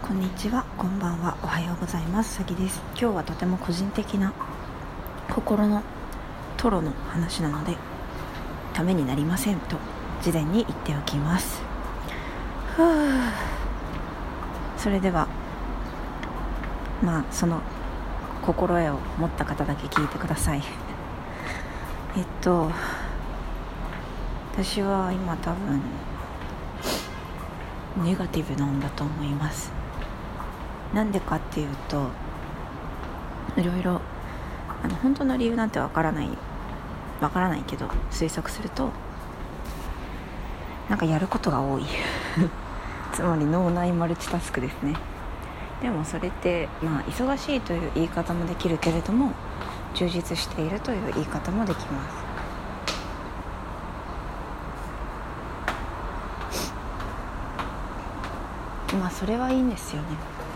こんにちは、こんばんは、おはようございます。さぎです。今日はとても個人的な心のトロの話なのでためになりませんと事前に言っておきます。それではその心得を持った方だけ聞いてください。私は今多分ネガティブなんだと思います。なんでかっていうと、いろいろ本当の理由なんてわからないけど推測すると、やることが多いつまり脳内マルチタスクですね。でもそれって忙しいという言い方もできるけれども、充実しているという言い方もできます。それはいいんですよね。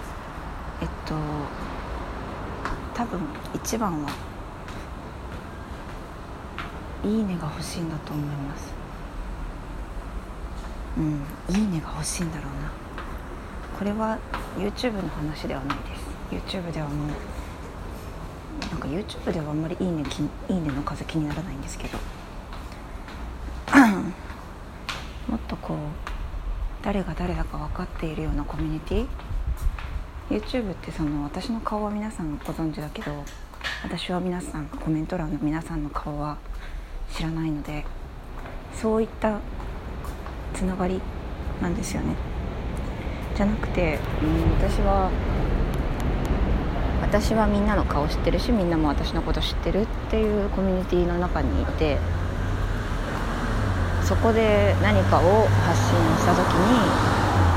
多分一番はいいねが欲しいんだと思います。いいねが欲しいんだろうな。これは YouTube の話ではないです。 YouTube ではYouTube ではあんまりいいねの数気にならないんですけどもっと誰が誰だか分かっているようなコミュニティ。 YouTube って私の顔は皆さんご存知だけど、私は皆さん、コメント欄の皆さんの顔は知らないので、そういったつながりなんですよね。じゃなくて、私はみんなの顔知ってるし、みんなも私のこと知ってるっていうコミュニティの中にいて、そこで何かを発信した時に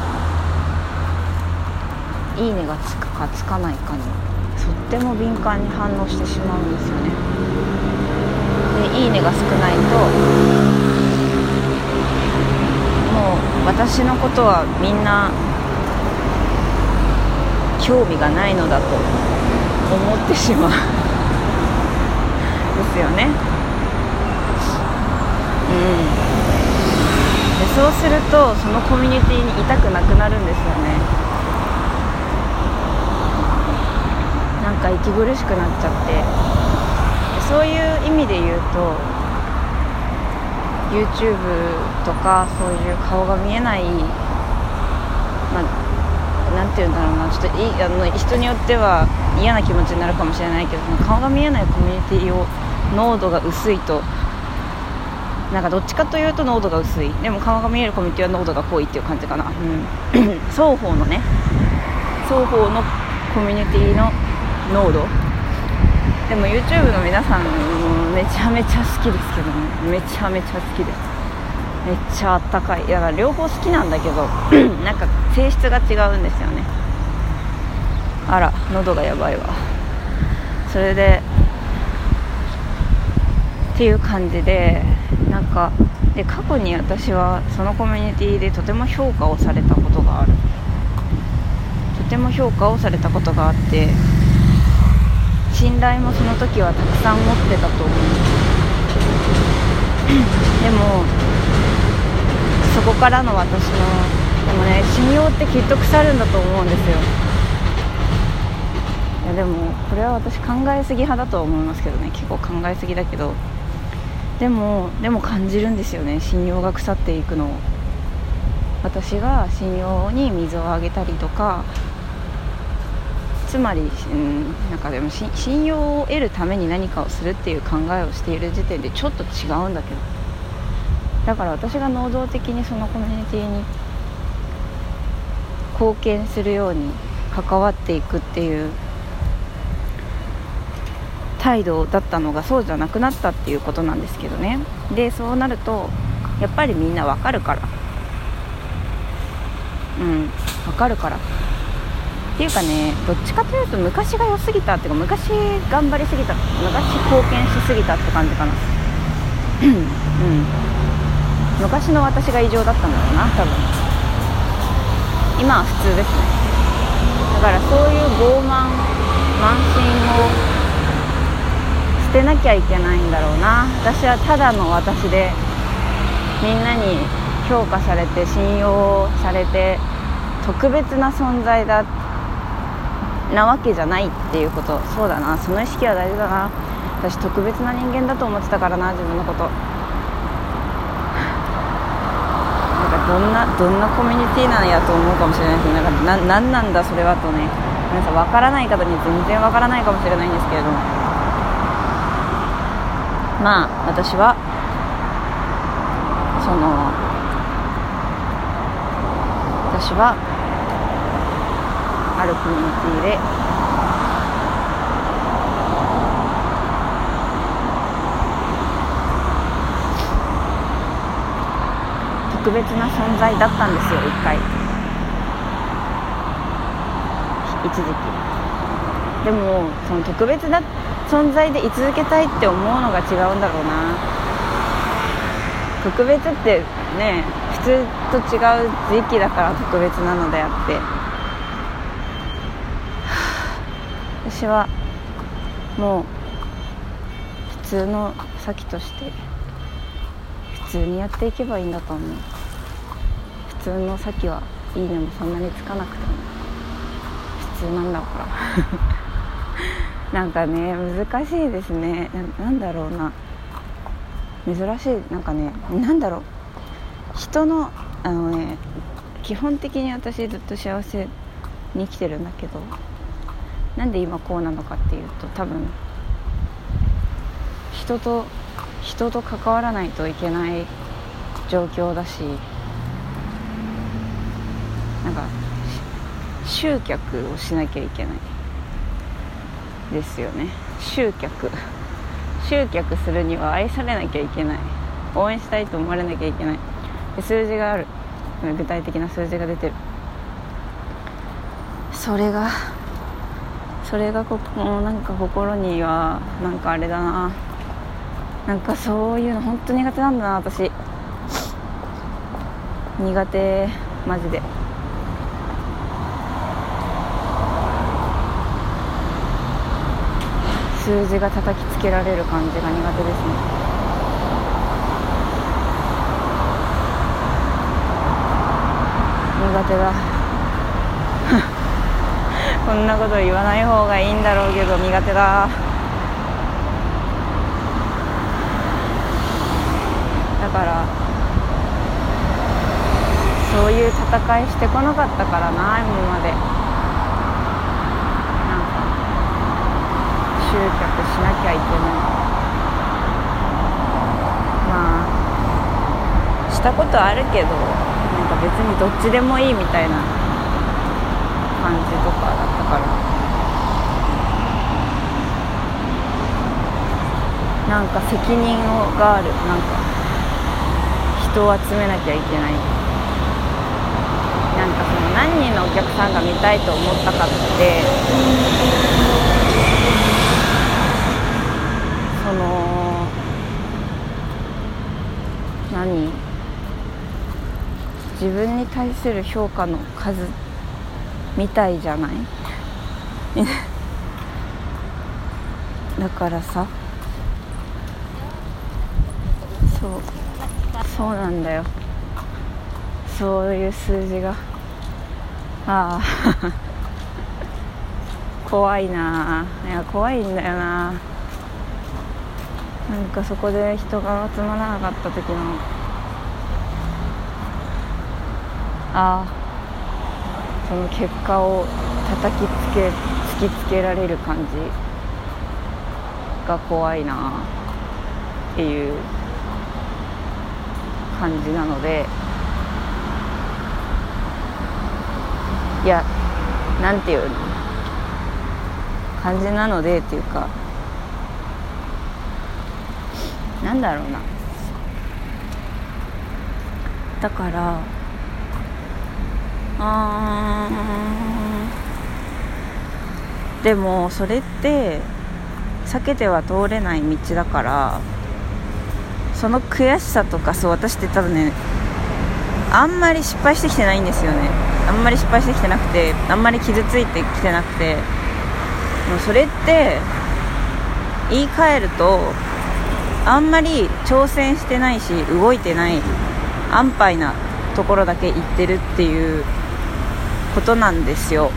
いいねがつくかつかないかにとっても敏感に反応してしまうんですよね。で、いいねが少ないと、もう私のことはみんな興味がないのだと思ってしまうですよね。で、そうするとそのコミュニティにいたくなくなるんですよね。息苦しくなっちゃって、そういう意味で言うと YouTube とかそういう顔が見えない、なんていうんだろうな、ちょっと人によっては嫌な気持ちになるかもしれないけど、顔が見えないコミュニティを濃度が薄いと、どっちかというと濃度が薄い、でも顔が見えるコミュニティは濃度が濃いっていう感じかな、双方のコミュニティの濃度。でも YouTube の皆さんめちゃめちゃ好きですけどね。めちゃめちゃ好きです。めっちゃあったかい。だから両方好きなんだけど性質が違うんですよね。あら、喉がやばいわ。それでっていう感じで、で過去に私はそのコミュニティでとても評価をされたことがある。とても評価をされたことがあって、信頼もその時はたくさん持ってたと思うでもそこからの私の信用ってきっと腐るんだと思うんですよ。いやでもこれは私考えすぎ派だと思いますけどね。結構考えすぎだけど、でも感じるんですよね、信用が腐っていくのを。私が信用に水をあげたりとか、つまり、でも信用を得るために何かをするっていう考えをしている時点でちょっと違うんだけど、だから私が能動的にそのコミュニティに貢献するように関わっていくっていう態度だったのがそうじゃなくなったっていうことなんですけどね。で、そうなるとやっぱりみんなわかるから、わかるからっていうかね、どっちかというと昔が良すぎたっていうか、昔頑張りすぎた、昔貢献しすぎたって感じかな昔の私が異常だったんだろうな、多分。今は普通ですね。だからそういう傲慢、慢心を捨てなきゃいけないんだろうな。私はただの私でみんなに評価されて信用されて特別な存在だなわけじゃないっていうこと。そうだな、その意識は大事だな。私特別な人間だと思ってたからな、自分のこと。なんかどんなコミュニティなんやと思うかもしれないですね。なんなんだそれはとね、皆さん分からない方に全然分からないかもしれないんですけれども、まあ私はあるコミュニティで特別な存在だったんですよ、一回、一時期。でもその特別な存在で居続けたいって思うのが違うんだろうな。特別ってね、普通と違う時期だから特別なのであって、私はもう普通の先として普通にやっていけばいいんだと思う。普通の先はいいねもそんなにつかなくても普通なんだからなんかね、難しいですね。なんだろうな、珍しい。なんかね、なんだろう、人の基本的に私ずっと幸せに生きてるんだけど、なんで今こうなのかっていうと、多分人と関わらないといけない状況だし、なんか集客をしなきゃいけないですよね。集客するには愛されなきゃいけない、応援したいと思われなきゃいけない。で数字がある、具体的な数字が出てる。それがなんか心にはなんかあれだな、なんかそういうの本当苦手なんだな、私。苦手、マジで。数字が叩きつけられる感じが苦手ですね。苦手だこんなこと言わない方がいいんだろうけど苦手だ。だからそういう戦いしてこなかったからな、今まで。なんか集客しなきゃいけない、まあしたことあるけど、なんか別にどっちでもいいみたいな感じとかだったから、なんか責任がある、なんか人を集めなきゃいけない。なんかその何人のお客さんが見たいと思ったかって、その自分に対する評価の数みたいじゃないだからさ、そうなんだよ、そういう数字が怖いな。いや怖いんだよな。なんかそこで人が集まらなかった時のその結果を突きつけられる感じが怖いなっていう感じなので、いや、なんていうの感じなのでっていうか、なんだろうな、だからでもそれって避けては通れない道だから、その悔しさとか、私って多分ね、あんまり失敗してきてないんですよね。あんまり失敗してきてなくて、あんまり傷ついてきてなくて、もうそれって言い換えると、あんまり挑戦してないし動いてない安牌なところだけ行ってるっていうことなんですよ。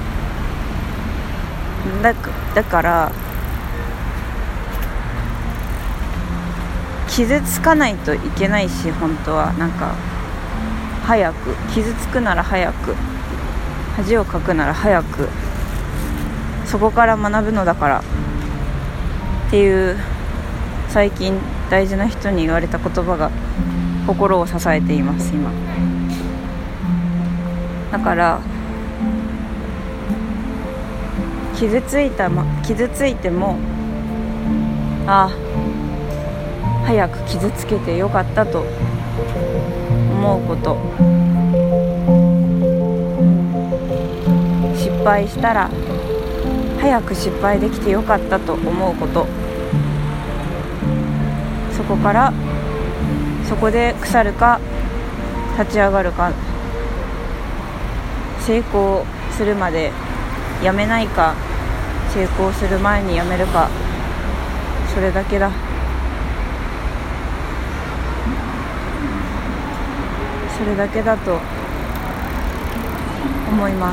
だから傷つかないといけないし、本当はなんか早く傷つくなら早く、恥をかくなら早く、そこから学ぶのだからっていう最近大事な人に言われた言葉が心を支えています今。だから傷ついても早く傷つけてよかったと思うこと、失敗したら早く失敗できてよかったと思うこと、そこで腐るか立ち上がるか、成功するまでやめないか、成功する前にやめるか、それだけだ。それだけだと思います。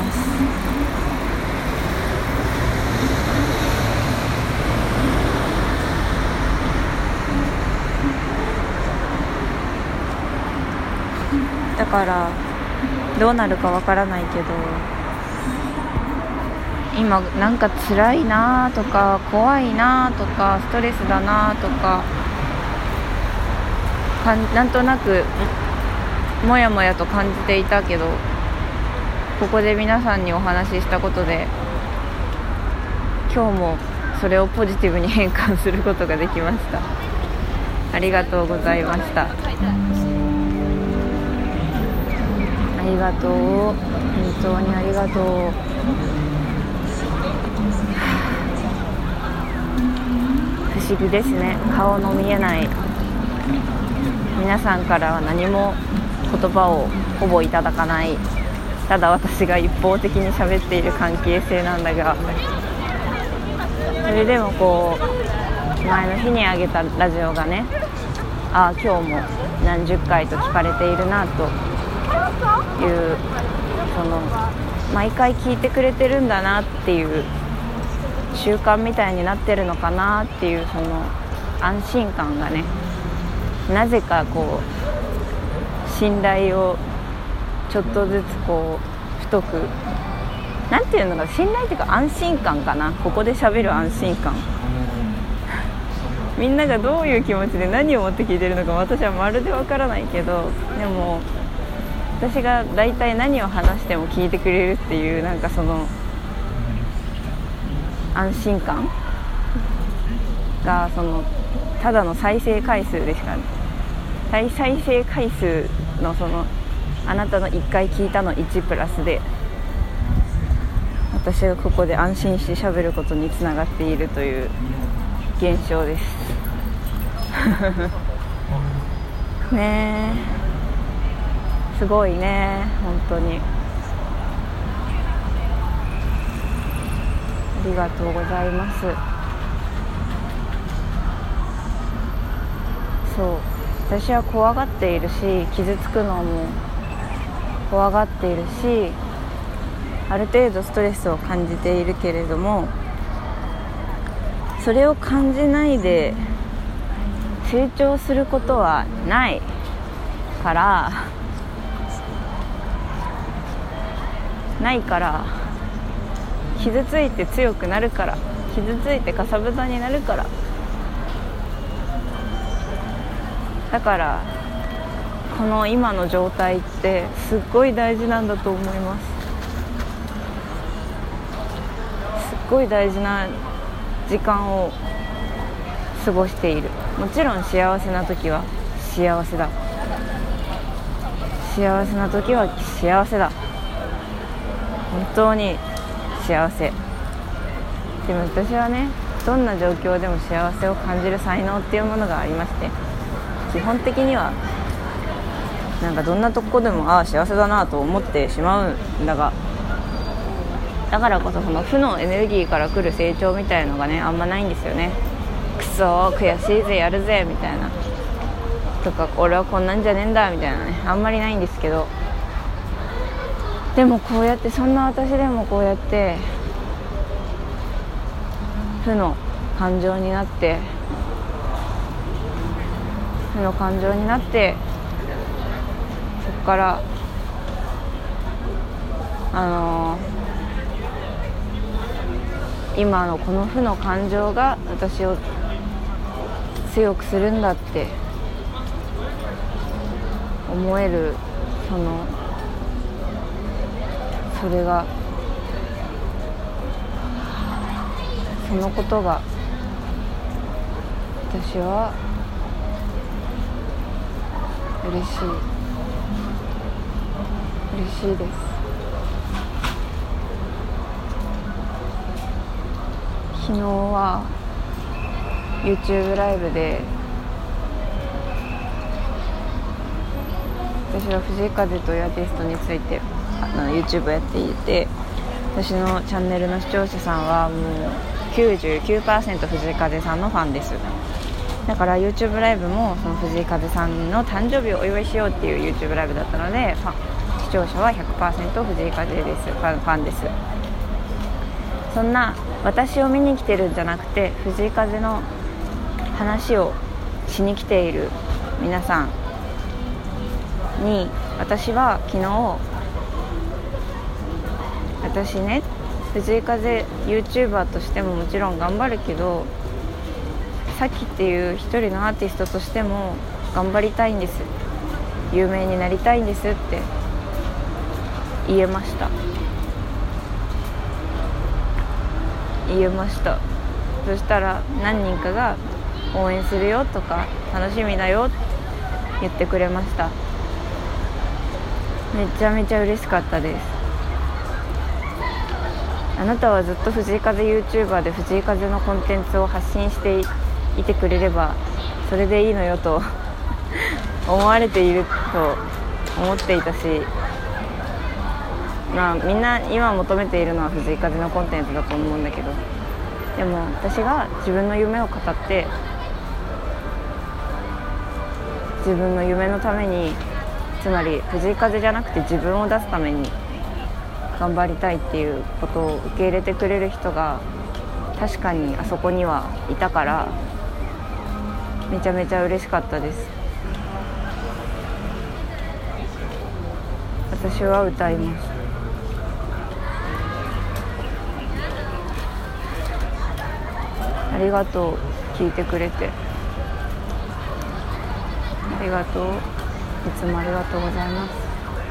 だからどうなるかわからないけど、今なんか辛いなとか怖いなとかストレスだなとか、なんとなくもやもやと感じていたけど、ここで皆さんにお話ししたことで今日もそれをポジティブに変換することができました。ありがとうございました。ありがとう、本当にありがとう。不思議ですね。顔の見えない皆さんからは何も言葉をほぼいただかない、ただ私が一方的に喋っている関係性なんだが、それでもこう前の日に上げたラジオがね、今日も何十回と聞かれているなという、その毎回聞いてくれてるんだなっていう習慣みたいになってるのかなっていう、その安心感がね、なぜかこう信頼をちょっとずつこう太く、なんていうのか、信頼っていうか安心感かな、ここで喋る安心感みんながどういう気持ちで何を持って聞いてるのか私はまるでわからないけど、でも私が大体何を話しても聞いてくれるっていう、なんかその安心感が、そのただの再生回数でしか再生回数のそのあなたの1回聞いたの1プラスで、私がここで安心して喋ることにつながっているという現象ですねえ、すごいね、本当にありがとうございます。そう、私は怖がっているし、傷つくのも怖がっているし、ある程度ストレスを感じているけれども、それを感じないで成長することはないから傷ついて強くなるから、傷ついてかさぶたになるから、だからこの今の状態ってすっごい大事なんだと思います。すっごい大事な時間を過ごしている。もちろん幸せな時は幸せだ、幸せな時は幸せだ、本当に幸せ。でも私はね、どんな状況でも幸せを感じる才能っていうものがありまして、基本的にはなんかどんなとこでも幸せだなと思ってしまうんだが、だからこそその負のエネルギーから来る成長みたいのがね、あんまないんですよね。くそ悔しいぜ、やるぜみたいなとか、俺はこんなんじゃねえんだみたいなね、あんまりないんですけど、 でもこうやって、そんな私でもこうやって負の感情になって、そこから今のこの負の感情が私を強くするんだって思える、それが、そのことが私は嬉しいです。昨日は YouTube ライブで、私は藤井風というアーティストについてYouTube をやっていて、私のチャンネルの視聴者さんはもう 99% 藤井風さんのファンです。だから YouTube ライブもその藤井風さんの誕生日をお祝いしようっていう YouTube ライブだったので、視聴者は 100% 藤井風です。ファンです。そんな私を見に来てるんじゃなくて、藤井風の話をしに来ている皆さんに、私は昨日、私ね、藤井風 YouTuber としてももちろん頑張るけど、さっきっていう一人のアーティストとしても頑張りたいんです、有名になりたいんですって言えました。そしたら何人かが応援するよとか楽しみだよって言ってくれました。めちゃめちゃ嬉しかったです。あなたはずっと藤井風 YouTuber で藤井風のコンテンツを発信していてくれればそれでいいのよと思われていると思っていたし、みんな今求めているのは藤井風のコンテンツだと思うんだけど、でも私が自分の夢を語って、自分の夢のために、つまり藤井風じゃなくて自分を出すために頑張りたいっていうことを受け入れてくれる人が確かにあそこにはいたから、めちゃめちゃ嬉しかったです。私は歌います。ありがとう、聞いてくれてありがとう、いつもありがとうございます。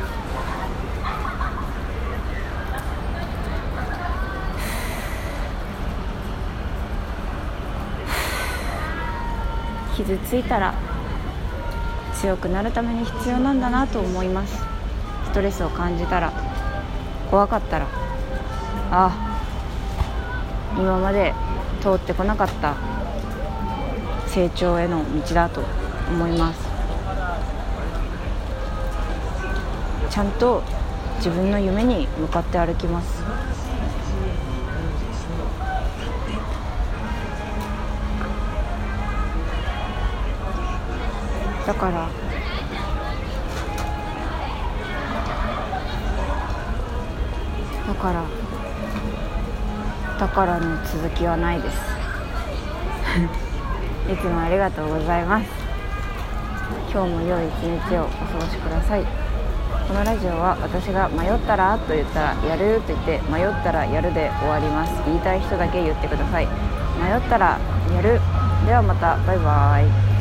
傷ついたら強くなるために必要なんだなと思います。ストレスを感じたら、怖かったら、今まで通ってこなかった成長への道だと思います。ちゃんと自分の夢に向かって歩きます。だからの続きはないですいつもありがとうございます。今日も良い一日をお過ごしください。このラジオは私が迷ったらと言ったらやると言って、迷ったらやるで終わります。言いたい人だけ言ってください。迷ったらやる。ではまた、バイバイ。